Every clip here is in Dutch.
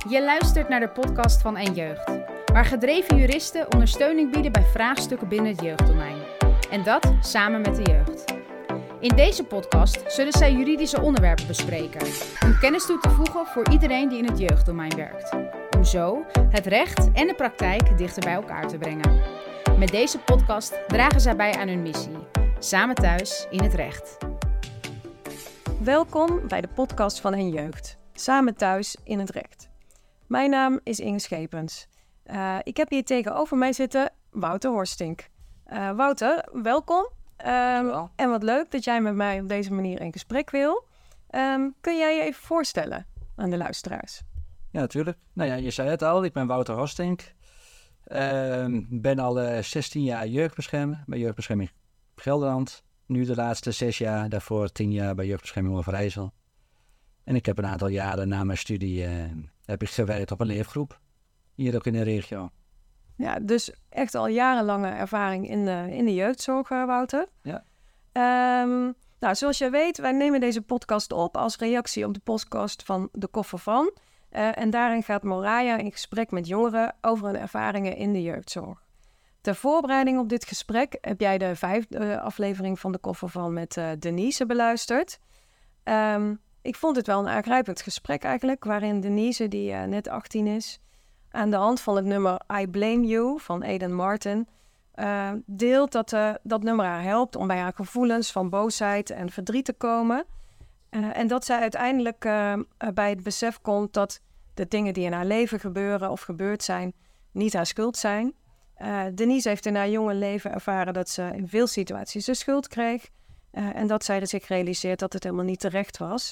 Je luistert naar de podcast van En Jeugd, waar gedreven juristen ondersteuning bieden bij vraagstukken binnen het jeugddomein. En dat samen met de jeugd. In deze podcast zullen zij juridische onderwerpen bespreken, om kennis toe te voegen voor iedereen die in het jeugddomein werkt. Om zo het recht en de praktijk dichter bij elkaar te brengen. Met deze podcast dragen zij bij aan hun missie, samen thuis in het recht. Welkom bij de podcast van En Jeugd, samen thuis in het recht. Mijn naam is Inge Schepens. Ik heb hier tegenover mij zitten Wouter Horstink. Wouter, welkom. En wat leuk dat jij met mij op deze manier in gesprek wil. Kun jij je even voorstellen aan de luisteraars? Ja, natuurlijk. Nou ja, je zei het al, ik ben Wouter Horstink. Ben al 16 jaar jeugdbeschermer bij Jeugdbescherming Gelderland. Nu de laatste 6 jaar, daarvoor 10 jaar bij Jeugdbescherming Overijssel. En ik heb een aantal jaren na mijn studie heb ik gewerkt op een leergroep. Hier ook in de regio. Ja, dus echt al jarenlange ervaring in de jeugdzorg, Wouter. Ja. Nou, zoals je weet, wij nemen deze podcast op als reactie op de podcast van De Koffer Van. En daarin gaat Moraya in gesprek met jongeren over hun ervaringen in de jeugdzorg. Ter voorbereiding op dit gesprek heb jij de 5e aflevering van De Koffer Van met Denise beluisterd. Ik vond het wel een aangrijpend gesprek eigenlijk, waarin Denise, die net 18 is, aan de hand van het nummer I Blame You van Aidan Martin, deelt dat nummer haar helpt om bij haar gevoelens van boosheid en verdriet te komen. En dat zij uiteindelijk bij het besef komt dat de dingen die in haar leven gebeuren of gebeurd zijn, niet haar schuld zijn. Denise heeft in haar jonge leven ervaren dat ze in veel situaties de schuld kreeg. En dat zij zich realiseert dat het helemaal niet terecht was.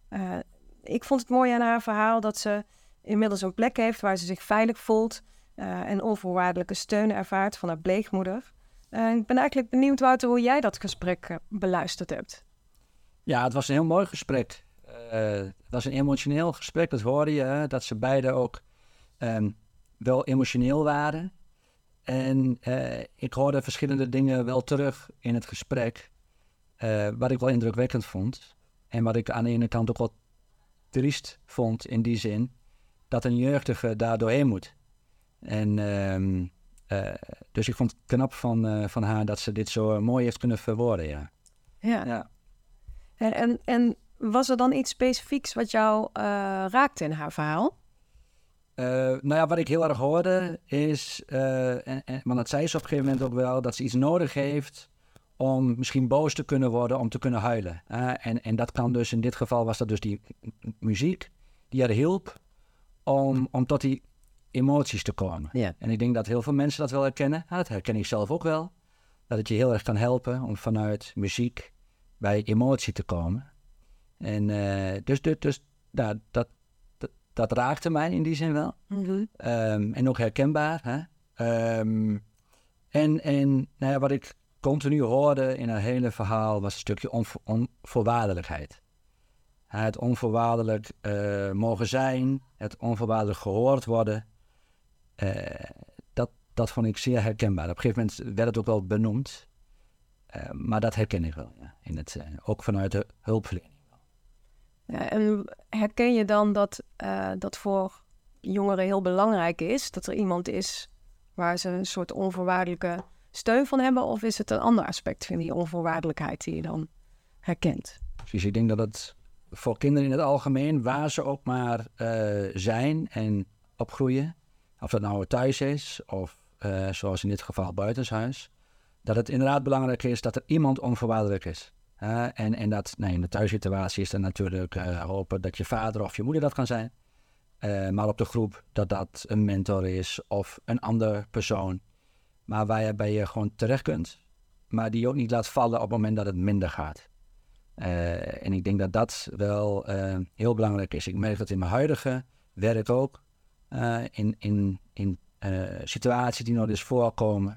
Ik vond het mooi aan haar verhaal dat ze inmiddels een plek heeft waar ze zich veilig voelt en onvoorwaardelijke steun ervaart van haar pleegmoeder. Ik ben eigenlijk benieuwd, Wouter, hoe jij dat gesprek beluisterd hebt. Ja, het was een heel mooi gesprek. Het was een emotioneel gesprek, dat hoorde je, hè? Dat ze beiden ook wel emotioneel waren. En ik hoorde verschillende dingen wel terug in het gesprek, wat ik wel indrukwekkend vond. En wat ik aan de ene kant ook wel triest vond in die zin, dat een jeugdige daar doorheen moet. En dus ik vond het knap van haar dat ze dit zo mooi heeft kunnen verwoorden, ja. Ja. En was er dan iets specifieks wat jou raakte in haar verhaal? Nou ja, wat ik heel erg hoorde is, want dat zei ze op een gegeven moment ook wel, dat ze iets nodig heeft om misschien boos te kunnen worden, om te kunnen huilen. En dat kan dus, in dit geval was dat dus die muziek die haar hielp om tot die emoties te komen. Ja. En ik denk dat heel veel mensen dat wel herkennen. Dat herken ik zelf ook wel. Dat het je heel erg kan helpen om vanuit muziek bij emotie te komen. En dus dat raakte mij in die zin wel. Mm-hmm. En ook herkenbaar. Hè? En nou ja, wat ik continu hoorde in haar hele verhaal was een stukje onvoorwaardelijkheid. Het onvoorwaardelijk mogen zijn, het onvoorwaardelijk gehoord worden. Dat vond ik zeer herkenbaar. Op een gegeven moment werd het ook wel benoemd. Maar dat herken ik wel, ja. Ook vanuit de hulpverlening. Ja, en herken je dan dat voor jongeren heel belangrijk is, dat er iemand is waar ze een soort onvoorwaardelijke steun van hebben? Of is het een ander aspect van die onvoorwaardelijkheid die je dan herkent? Precies, ik denk dat het voor kinderen in het algemeen, waar ze ook maar zijn en opgroeien, of dat nou thuis is of zoals in dit geval buitenshuis, dat het inderdaad belangrijk is dat er iemand onvoorwaardelijk is. En dat, in de thuissituatie is dan natuurlijk hopen dat je vader of je moeder dat kan zijn. Maar op de groep dat een mentor is of een andere persoon. Maar waarbij je gewoon terecht kunt, maar die je ook niet laat vallen op het moment dat het minder gaat. En ik denk dat dat wel heel belangrijk is. Ik merk dat in mijn huidige werk ook, in situaties die nog eens voorkomen,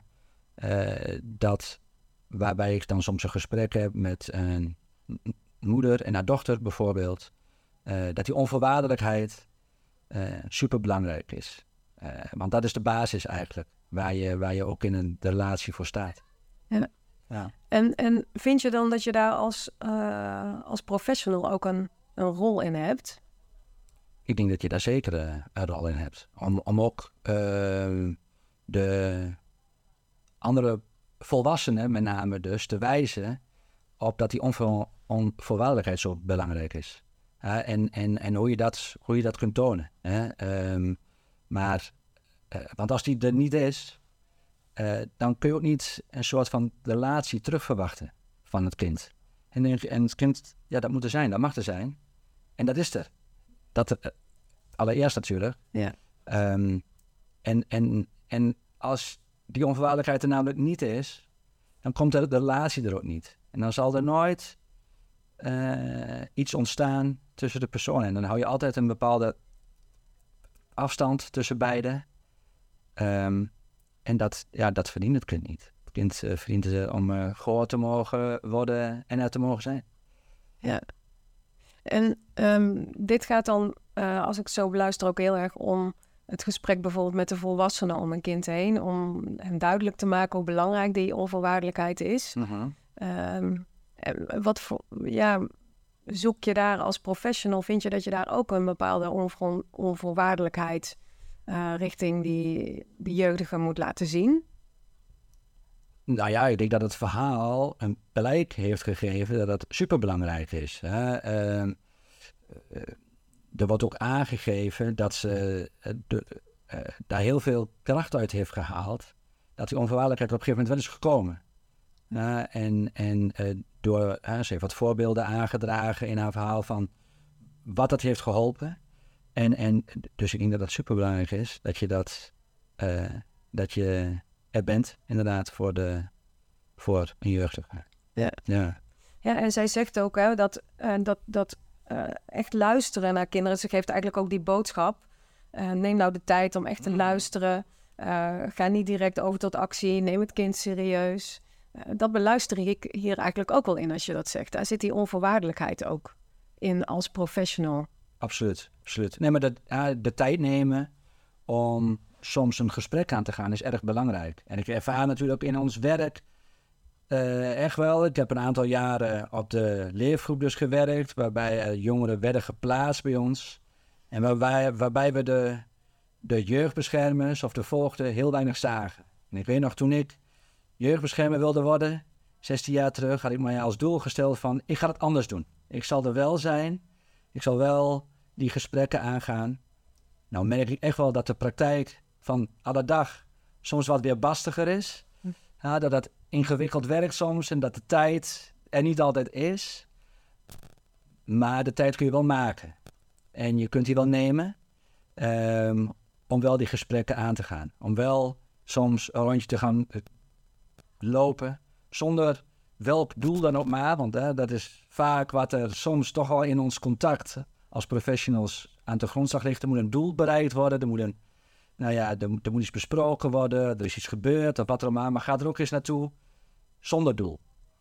waarbij ik dan soms een gesprek heb met een moeder en haar dochter bijvoorbeeld, dat die onvoorwaardelijkheid super belangrijk is. Want dat is de basis eigenlijk, waar je ook in de relatie voor staat. Ja. En vind je dan dat je daar als professional ook een rol in hebt? ik denk dat je daar zeker een rol in hebt. Om ook de andere volwassenen, met name dus, te wijzen op dat die onvoorwaardelijkheid zo belangrijk is. En hoe je dat kunt tonen. Want als die er niet is, dan kun je ook niet een soort van relatie terugverwachten van het kind. En het kind, ja, dat moet er zijn, dat mag er zijn. En dat is er. Allereerst natuurlijk. Ja. En als die onvoorwaardelijkheid er namelijk niet is, dan komt de relatie er ook niet. En dan zal er nooit iets ontstaan tussen de personen. En dan hou je altijd een bepaalde afstand tussen beiden. En dat verdient het kind niet. Het kind verdient het om gehoord te mogen worden en er te mogen zijn. Ja. En dit gaat dan, als ik zo beluister, ook heel erg om het gesprek bijvoorbeeld met de volwassenen om een kind heen. Om hem duidelijk te maken hoe belangrijk die onvoorwaardelijkheid is. Zoek je daar als professional, vind je dat je daar ook een bepaalde onvoorwaardelijkheid richting die jeugdige moet laten zien? Nou ja, ik denk dat het verhaal een blijk heeft gegeven dat het superbelangrijk is. Er wordt ook aangegeven dat ze daar heel veel kracht uit heeft gehaald. Dat die onvoorwaardelijkheid op een gegeven moment wel is gekomen. Ze heeft wat voorbeelden aangedragen in haar verhaal van wat dat heeft geholpen. Dus ik denk dat het superbelangrijk is dat je er bent, inderdaad, voor een jeugdige. Ja. Ja, en zij zegt ook dat echt luisteren naar kinderen. Ze geeft eigenlijk ook die boodschap. Neem nou de tijd om echt te luisteren. Ga niet direct over tot actie. Neem het kind serieus. Dat beluister ik hier eigenlijk ook wel in als je dat zegt. Daar zit die onvoorwaardelijkheid ook in als professional. Absoluut. Nee, maar de tijd nemen om soms een gesprek aan te gaan is erg belangrijk. En ik ervaar natuurlijk in ons werk echt wel. Ik heb een aantal jaren op de leergroep dus gewerkt, waarbij jongeren werden geplaatst bij ons. En waarbij we de jeugdbeschermers of de voogden heel weinig zagen. En ik weet nog, toen ik jeugdbeschermer wilde worden, 16 jaar terug, had ik mij als doel gesteld van, ik ga het anders doen. Ik zal er wel zijn. Ik zal wel die gesprekken aangaan. Nou merk ik echt wel dat de praktijk van alle dag soms wat weerbastiger is. Ja, dat het ingewikkeld werkt soms en dat de tijd er niet altijd is. Maar de tijd kun je wel maken. En je kunt die wel nemen om wel die gesprekken aan te gaan. Om wel soms een rondje te gaan lopen zonder welk doel dan ook maar. Want dat is vaak wat er soms toch al in ons contact als professionals aan de grondslag ligt. Er moet een doel bereikt worden. Er moet iets besproken worden. Er is iets gebeurd of wat er maar ga er ook eens naartoe zonder doel.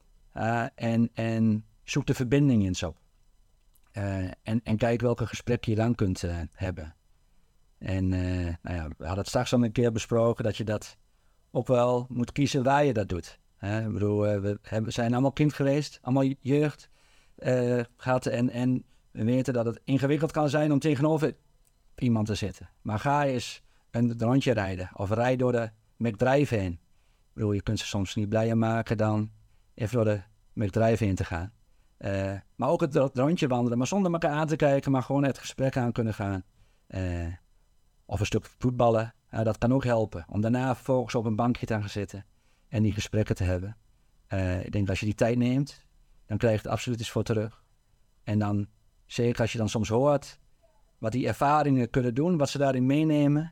En zoek de verbinding eens op. En kijk welke gesprekken je dan kunt hebben. En we hadden het straks al een keer besproken dat je dat ook wel moet kiezen waar je dat doet. Ik bedoel, we zijn allemaal kind geweest, allemaal jeugd gehad en we weten dat het ingewikkeld kan zijn om tegenover iemand te zitten. Maar ga eens een rondje rijden of rijd door de McDrive heen. Ik bedoel, je kunt ze soms niet blijer maken dan even door de McDrive heen te gaan. Maar ook het rondje wandelen, maar zonder elkaar aan te kijken, maar gewoon het gesprek aan kunnen gaan. Of een stuk voetballen, dat kan ook helpen. Om daarna vervolgens op een bankje te gaan zitten en die gesprekken te hebben. Ik denk dat als je die tijd neemt, dan krijg je het absoluut iets voor terug. En dan, zeker als je dan soms hoort wat die ervaringen kunnen doen, wat ze daarin meenemen,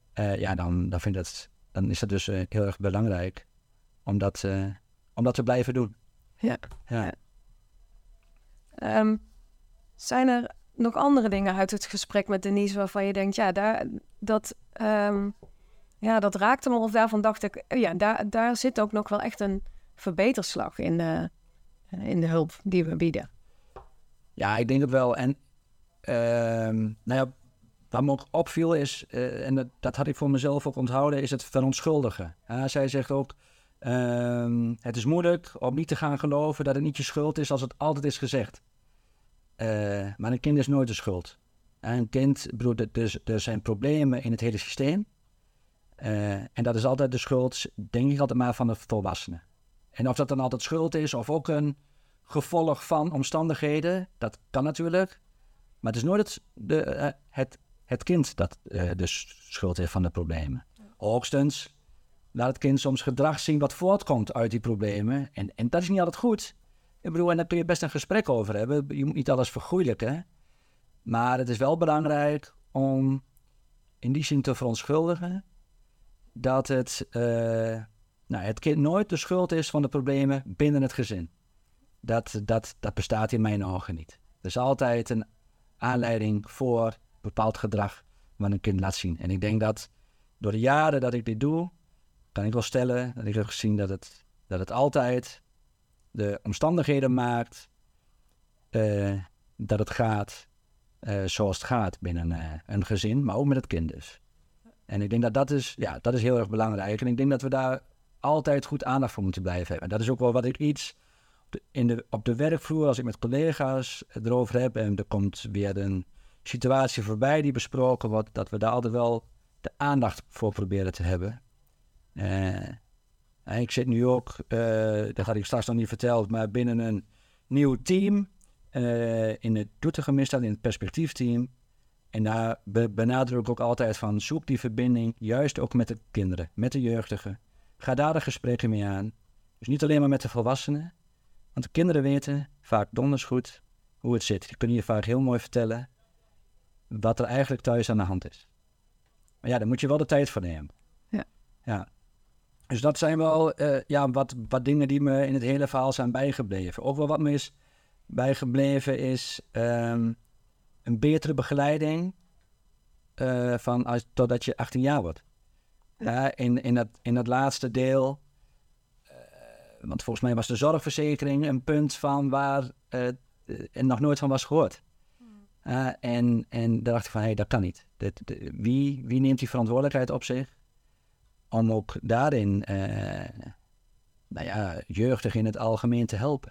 dan is dat dus heel erg belangrijk om dat te blijven doen. Ja. Zijn er nog andere dingen uit het gesprek met Denise waarvan je denkt, dat raakte me, of daarvan dacht ik, daar zit ook nog wel echt een verbeterslag in de hulp die we bieden? Ja, ik denk het wel. En wat me ook opviel is, en dat had ik voor mezelf ook onthouden, is het verontschuldigen. Zij zegt ook, het is moeilijk om niet te gaan geloven dat het niet je schuld is als het altijd is gezegd. Maar een kind is nooit de schuld. Een kind, er zijn problemen in het hele systeem. En dat is altijd de schuld, denk ik altijd maar, van de volwassenen. En of dat dan altijd schuld is of ook een gevolg van omstandigheden, dat kan natuurlijk. Maar het is nooit het kind dat de schuld heeft van de problemen. Hoogstens laat het kind soms gedrag zien wat voortkomt uit die problemen. En dat is niet altijd goed. Ik bedoel, en daar kun je best een gesprek over hebben. Je moet niet alles vergoeilijken. Maar het is wel belangrijk om in die zin te verontschuldigen dat het kind nooit de schuld is van de problemen binnen het gezin. Dat bestaat in mijn ogen niet. Er is altijd een aanleiding voor bepaald gedrag wat een kind laat zien. En ik denk dat door de jaren dat ik dit doe, kan ik wel stellen dat ik heb gezien dat het altijd de omstandigheden maakt dat het gaat zoals het gaat binnen een gezin, maar ook met het kind dus. En ik denk dat is heel erg belangrijk. En ik denk dat we daar altijd goed aandacht voor moeten blijven hebben. En dat is ook wel wat ik op de werkvloer, als ik met collega's erover heb en er komt weer een situatie voorbij die besproken wordt, dat we daar altijd wel de aandacht voor proberen te hebben. Ik zit nu ook, dat had ik straks nog niet verteld, maar binnen een nieuw team in het Doetinchem Misdaad, in het perspectiefteam. En daar benadruk ik ook altijd van, zoek die verbinding, juist ook met de kinderen, met de jeugdigen. Ga daar de gesprekken mee aan. Dus niet alleen maar met de volwassenen. Want de kinderen weten vaak donders goed hoe het zit. Die kunnen je vaak heel mooi vertellen wat er eigenlijk thuis aan de hand is. Maar ja, daar moet je wel de tijd voor nemen. Ja. Dus dat zijn wel wat dingen die me in het hele verhaal zijn bijgebleven. Ook wel wat me is bijgebleven is een betere begeleiding totdat je 18 jaar wordt. Ja, in dat laatste deel, want volgens mij was de zorgverzekering een punt van waar er nog nooit van was gehoord. En daar dacht ik van, dat kan niet. Wie neemt die verantwoordelijkheid op zich om ook daarin jeugdig in het algemeen te helpen.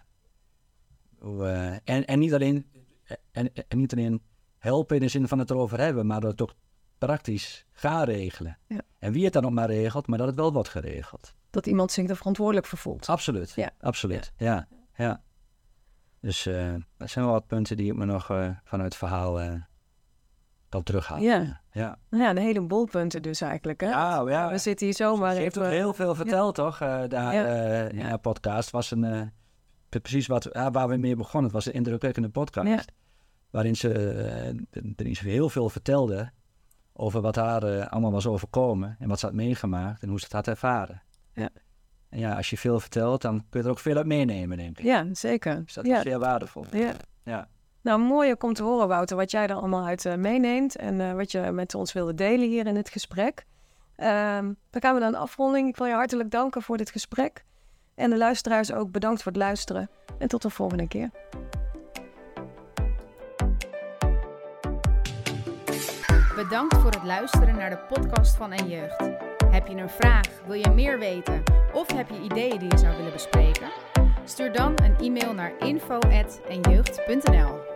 En niet alleen helpen in de zin van het erover hebben, maar dat het ook praktisch gaan regelen. Ja. En wie het dan ook maar regelt, maar dat het wel wordt geregeld. Dat iemand zich er verantwoordelijk voor voelt. Absoluut, ja. Absoluut. Ja. Dus dat zijn wel wat punten die ik me nog vanuit het verhaal kan terughalen. Ja. Nou ja, een heleboel punten dus eigenlijk. Hè? Ja. We zitten hier zomaar. Ze heeft ook heel veel verteld, toch? In de podcast was precies waar we mee begonnen. Het was een indrukwekkende podcast. Ja. Waarin ze heel veel vertelde over wat haar allemaal was overkomen. En wat ze had meegemaakt en hoe ze het had ervaren. Ja. En ja, als je veel vertelt, dan kun je er ook veel uit meenemen, denk ik. Ja, zeker. Dus dat is zeer waardevol. Ja. Nou, mooi om te horen, Wouter, wat jij er allemaal uit meeneemt. En wat je met ons wilde delen hier in het gesprek. Dan gaan we naar een afronding. Ik wil je hartelijk danken voor dit gesprek. En de luisteraars ook bedankt voor het luisteren. En tot de volgende keer. Bedankt voor het luisteren naar de podcast van En Jeugd. Heb je een vraag, wil je meer weten of heb je ideeën die je zou willen bespreken? Stuur dan een e-mail naar info@enjeugd.nl.